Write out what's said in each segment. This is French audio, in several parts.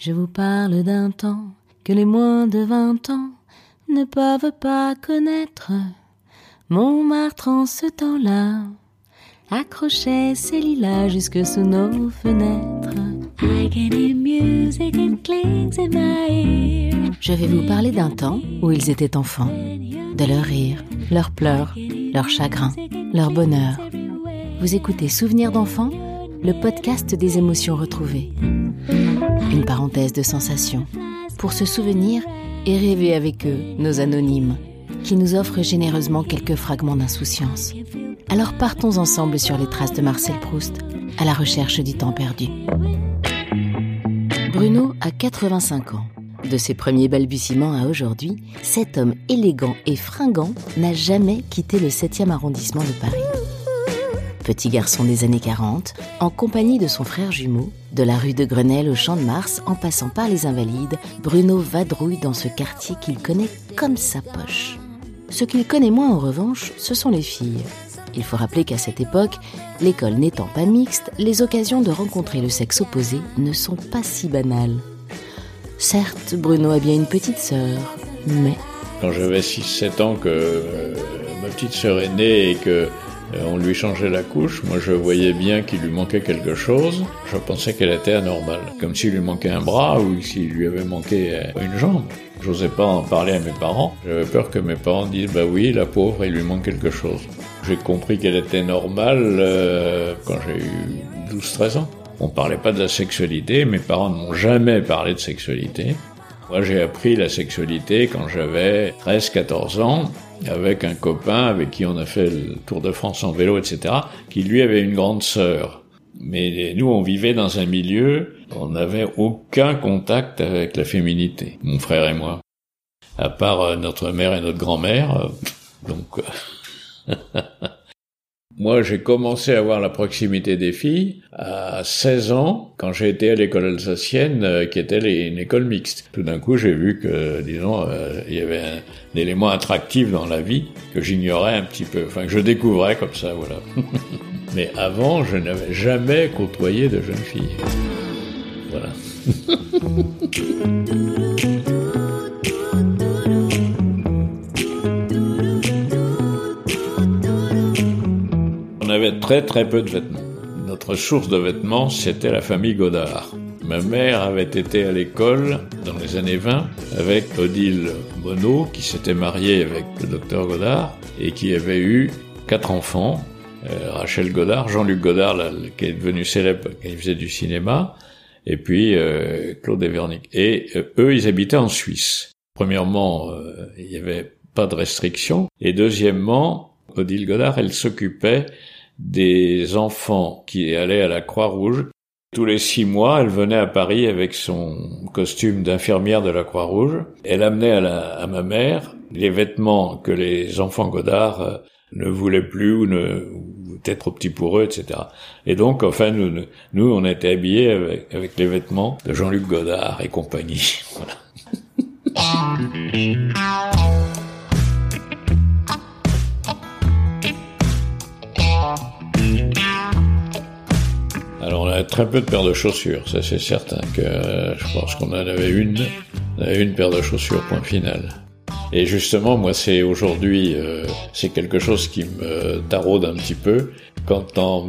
Je vous parle d'un temps que les moins de 20 ans ne peuvent pas connaître. Montmartre en ce temps-là accrochait ses lilas jusque sous nos fenêtres. I can hear music and clings in my ear. Je vais vous parler d'un temps où ils étaient enfants, de leurs rires, leurs pleurs, leurs chagrins, leur bonheur. Vous écoutez Souvenirs d'enfants, le podcast des émotions retrouvées. Une parenthèse de sensations, pour se souvenir et rêver avec eux, nos anonymes, qui nous offrent généreusement quelques fragments d'insouciance. Alors partons ensemble sur les traces de Marcel Proust, à la recherche du temps perdu. Bruno a 85 ans. De ses premiers balbutiements à aujourd'hui, cet homme élégant et fringant n'a jamais quitté le 7e arrondissement de Paris. Petit garçon des années 40, en compagnie de son frère jumeau, de la rue de Grenelle au Champ de Mars, en passant par les Invalides, Bruno vadrouille dans ce quartier qu'il connaît comme sa poche. Ce qu'il connaît moins en revanche, ce sont les filles. Il faut rappeler qu'à cette époque, l'école n'étant pas mixte, les occasions de rencontrer le sexe opposé ne sont pas si banales. Certes, Bruno a bien une petite sœur, mais... Quand j'avais 6-7 ans que ma petite sœur est née et que on lui changeait la couche, moi je voyais bien qu'il lui manquait quelque chose. Je pensais qu'elle était anormale, comme s'il lui manquait un bras ou s'il lui avait manqué une jambe. J'osais pas en parler à mes parents. J'avais peur que mes parents disent « Bah oui, la pauvre, il lui manque quelque chose ». J'ai compris qu'elle était normale quand j'ai eu 12-13 ans. On parlait pas de la sexualité, mes parents ne m'ont jamais parlé de sexualité. Moi j'ai appris la sexualité quand j'avais 13-14 ans, avec un copain avec qui on a fait le Tour de France en vélo, etc., qui lui avait une grande sœur. Mais nous, on vivait dans un milieu, on n'avait aucun contact avec la féminité, mon frère et moi. À part notre mère et notre grand-mère, donc... Moi, j'ai commencé à avoir la proximité des filles à 16 ans, quand j'ai été à l'école alsacienne, qui était une école mixte. Tout d'un coup, j'ai vu que, disons, il y avait un élément attractif dans la vie que j'ignorais un petit peu, enfin que je découvrais comme ça, voilà. Mais avant, je n'avais jamais côtoyé de jeunes filles. Voilà. On avait très très peu de vêtements. Notre source de vêtements, c'était la famille Godard. Ma mère avait été à l'école dans les années 20 avec Odile Monod, qui s'était mariée avec le docteur Godard et qui avait eu 4 enfants. Rachel Godard, Jean-Luc Godard, là, qui est devenu célèbre quand il faisait du cinéma, et puis Claude et Véronique. Et eux, ils habitaient en Suisse. Premièrement, il n'y avait pas de restrictions. Et deuxièmement, Odile Godard, elle s'occupait des enfants qui allaient à la Croix-Rouge. Tous les 6 mois, elle venait à Paris avec son costume d'infirmière de la Croix-Rouge. Elle amenait à ma mère les vêtements que les enfants Godard ne voulaient plus ou étaient trop petits pour eux, etc. Et donc, enfin, nous on était habillés avec les vêtements de Jean-Luc Godard et compagnie. Voilà. Alors on avait très peu de paires de chaussures, ça c'est certain que je pense qu'on en avait une paire de chaussures, point final. Et justement, moi c'est aujourd'hui, c'est quelque chose qui me taraude un petit peu. Quand en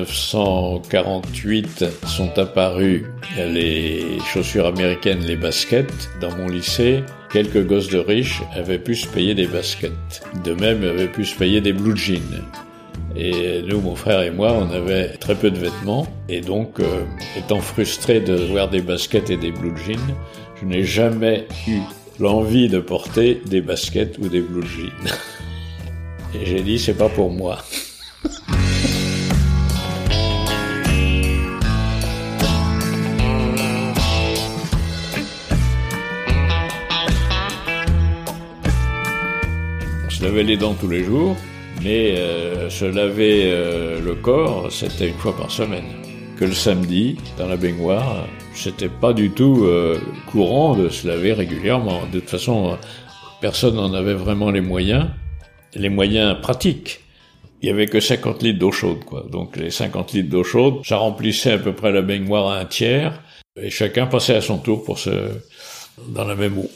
1948 sont apparues les chaussures américaines, les baskets, dans mon lycée, quelques gosses de riches avaient pu se payer des baskets. De même, avaient pu se payer des blue jeans. Et nous, mon frère et moi, on avait très peu de vêtements. Et donc, étant frustré de voir des baskets et des blue jeans, je n'ai jamais eu l'envie de porter des baskets ou des blue jeans. Et j'ai dit, c'est pas pour moi. On se lavait les dents tous les jours. Mais se laver le corps, c'était une fois par semaine. Que le samedi, dans la baignoire, c'était pas du tout courant de se laver régulièrement. De toute façon, personne n'en avait vraiment les moyens pratiques. Il y avait que 50 litres d'eau chaude, quoi. Donc les 50 litres d'eau chaude, ça remplissait à peu près la baignoire à un tiers. Et chacun passait à son tour dans la même eau.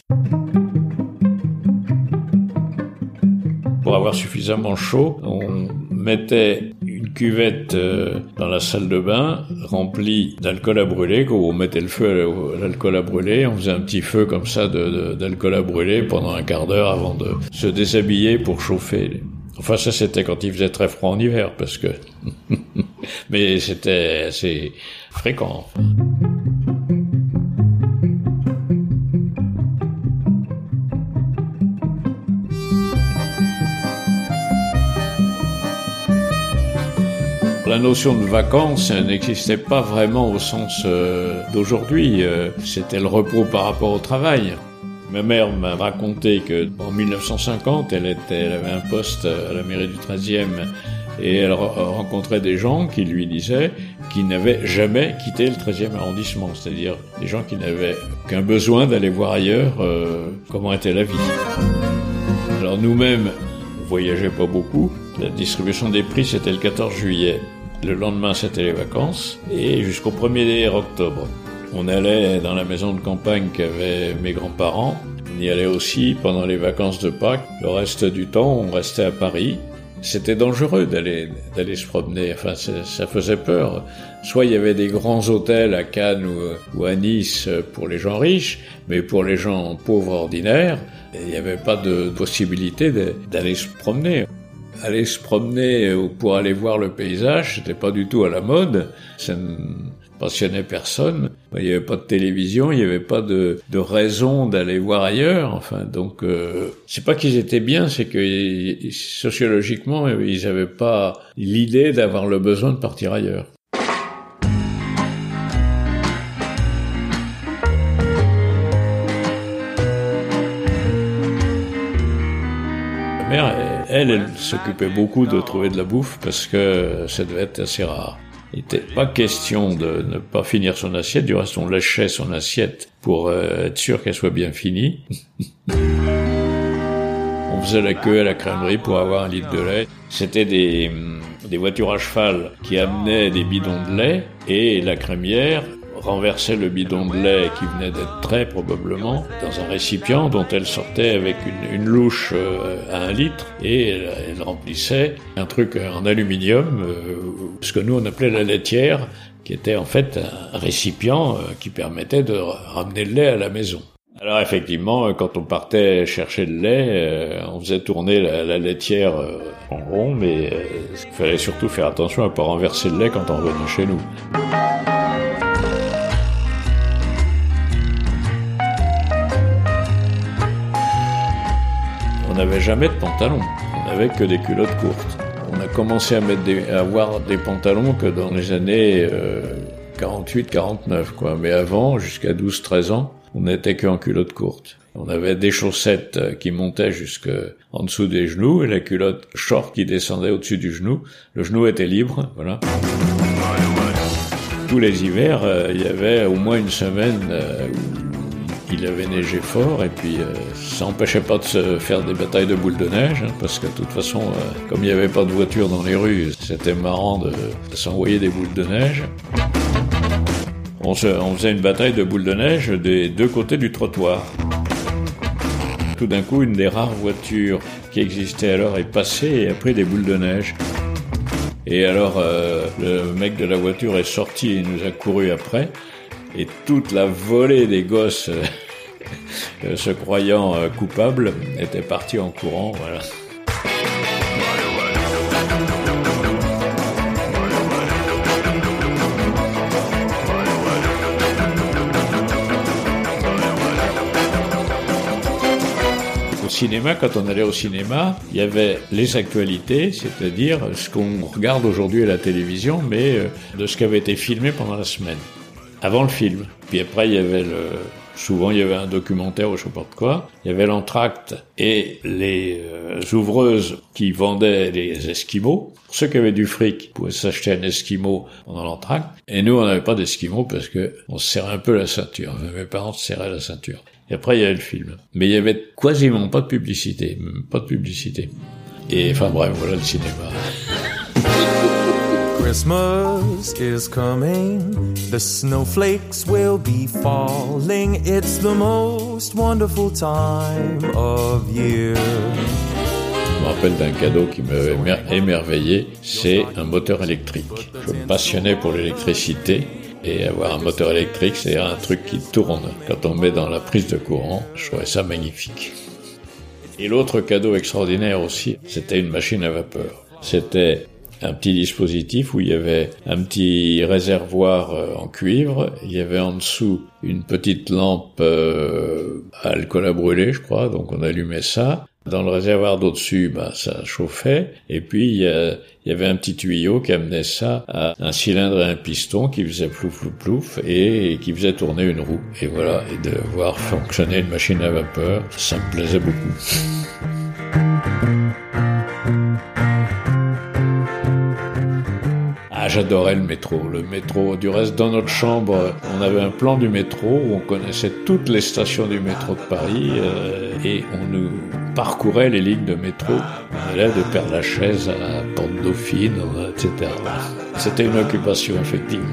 Pour avoir suffisamment chaud, on mettait une cuvette dans la salle de bain remplie d'alcool à brûler. On mettait le feu à l'alcool à brûler, on faisait un petit feu comme ça d'alcool à brûler pendant un quart d'heure avant de se déshabiller pour chauffer. Enfin, ça, c'était quand il faisait très froid en hiver, parce que... Mais c'était assez fréquent. La notion de vacances n'existait pas vraiment au sens d'aujourd'hui. C'était le repos par rapport au travail. Ma mère m'a raconté qu'en 1950, elle avait un poste à la mairie du 13e et elle rencontrait des gens qui lui disaient qu'ils n'avaient jamais quitté le 13e arrondissement, c'est-à-dire des gens qui n'avaient qu'un besoin d'aller voir ailleurs comment était la vie. Alors nous-mêmes, on voyageait pas beaucoup. La distribution des prix, c'était le 14 juillet. Le lendemain, c'était les vacances et jusqu'au 1er octobre. On allait dans la maison de campagne qu'avaient mes grands-parents. On y allait aussi pendant les vacances de Pâques. Le reste du temps, on restait à Paris. C'était dangereux d'aller se promener. Enfin, ça faisait peur. Soit il y avait des grands hôtels à Cannes ou à Nice pour les gens riches, mais pour les gens pauvres ordinaires, il n'y avait pas de possibilité d'aller se promener. Aller se promener pour aller voir le paysage, c'était pas du tout à la mode. Ça ne passionnait personne. Il n'y avait pas de télévision, il n'y avait pas de raison d'aller voir ailleurs. Enfin, donc, c'est pas qu'ils étaient bien, c'est que sociologiquement, ils n'avaient pas l'idée d'avoir le besoin de partir ailleurs. Ma mère, elle s'occupait beaucoup de trouver de la bouffe parce que ça devait être assez rare. Il n'était pas question de ne pas finir son assiette. Du reste, on lâchait son assiette pour être sûr qu'elle soit bien finie. On faisait la queue à la crèmerie pour avoir 1 litre de lait. C'était des voitures à cheval qui amenaient des bidons de lait et la crémière renversait le bidon de lait qui venait d'être trait probablement dans un récipient dont elle sortait avec une louche à 1 litre et elle remplissait un truc en aluminium, ce que nous on appelait la laitière, qui était en fait un récipient qui permettait de ramener le lait à la maison. Alors effectivement, quand on partait chercher le lait, on faisait tourner la laitière en rond, mais il fallait surtout faire attention à ne pas renverser le lait quand on revenait chez nous. On n'avait jamais de pantalons, on n'avait que des culottes courtes. On a commencé à avoir des pantalons que dans les années 48-49, quoi. Mais avant, jusqu'à 12-13 ans, on n'était qu'en culottes courtes. On avait des chaussettes qui montaient jusqu'en dessous des genoux et la culotte short qui descendait au-dessus du genou. Le genou était libre, voilà. Tous les hivers, il y avait au moins une semaine où il avait neigé fort et puis ça n'empêchait pas de se faire des batailles de boules de neige, hein, parce que de toute façon, comme il n'y avait pas de voiture dans les rues, c'était marrant de s'envoyer des boules de neige. On faisait une bataille de boules de neige des deux côtés du trottoir. Tout d'un coup, une des rares voitures qui existait alors est passée et a pris des boules de neige. Et alors, le mec de la voiture est sorti et nous a couru après. Et toute la volée des gosses, se croyant coupables, était partie en courant, voilà. Au cinéma, quand on allait au cinéma, il y avait les actualités, c'est-à-dire ce qu'on regarde aujourd'hui à la télévision, mais de ce qui avait été filmé pendant la semaine. Avant le film. Puis après, il y avait souvent, il y avait un documentaire ou je sais pas de quoi. Il y avait l'entracte et les ouvreuses qui vendaient les esquimaux. Pour ceux qui avaient du fric, pouvaient s'acheter un esquimau pendant l'entracte. Et nous, on n'avait pas d'esquimaux parce que on se serrait un peu la ceinture. Mes parents se serraient la ceinture. Et après, il y avait le film. Mais il y avait quasiment pas de publicité. Pas de publicité. Et enfin bref, voilà le cinéma. Christmas is coming, the snowflakes will be falling, it's the most wonderful time of year. Je me rappelle d'un cadeau qui m'avait émerveillé, c'est un moteur électrique. Je me passionnais pour l'électricité et avoir un moteur électrique, c'est un truc qui tourne. Quand on met dans la prise de courant, je trouvais ça magnifique. Et l'autre cadeau extraordinaire aussi, c'était une machine à vapeur. C'était un petit dispositif où il y avait un petit réservoir en cuivre, il y avait en dessous une petite lampe à alcool à brûler, je crois, donc on allumait ça. Dans le réservoir d'au-dessus, ça chauffait, et puis il y avait un petit tuyau qui amenait ça à un cylindre et un piston qui faisait plouf plouf plouf et qui faisait tourner une roue. Et voilà, et de voir fonctionner une machine à vapeur, ça me plaisait beaucoup. J'adorais le métro. Le métro, du reste, dans notre chambre, on avait un plan du métro où on connaissait toutes les stations du métro de Paris et on nous parcourait les lignes de métro. On allait de Père-Lachaise à Porte-Dauphine, etc. C'était une occupation, effectivement.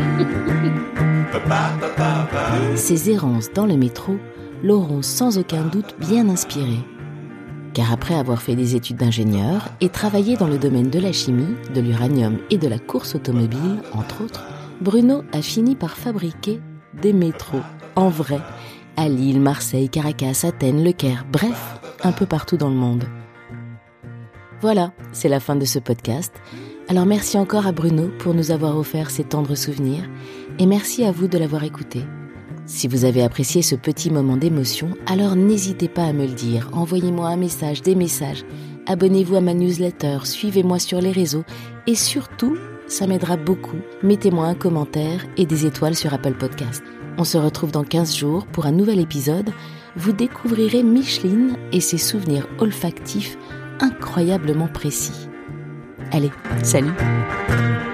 Ces errances dans le métro l'auront sans aucun doute bien inspiré. Car après avoir fait des études d'ingénieur et travaillé dans le domaine de la chimie, de l'uranium et de la course automobile, entre autres, Bruno a fini par fabriquer des métros, en vrai, à Lille, Marseille, Caracas, Athènes, Le Caire, bref, un peu partout dans le monde. Voilà, c'est la fin de ce podcast. Alors merci encore à Bruno pour nous avoir offert ces tendres souvenirs et merci à vous de l'avoir écouté. Si vous avez apprécié ce petit moment d'émotion, alors n'hésitez pas à me le dire. Envoyez-moi un message, des messages. Abonnez-vous à ma newsletter, suivez-moi sur les réseaux. Et surtout, ça m'aidera beaucoup, mettez-moi un commentaire et des étoiles sur Apple Podcast. On se retrouve dans 15 jours pour un nouvel épisode. Vous découvrirez Micheline et ses souvenirs olfactifs incroyablement précis. Allez, salut!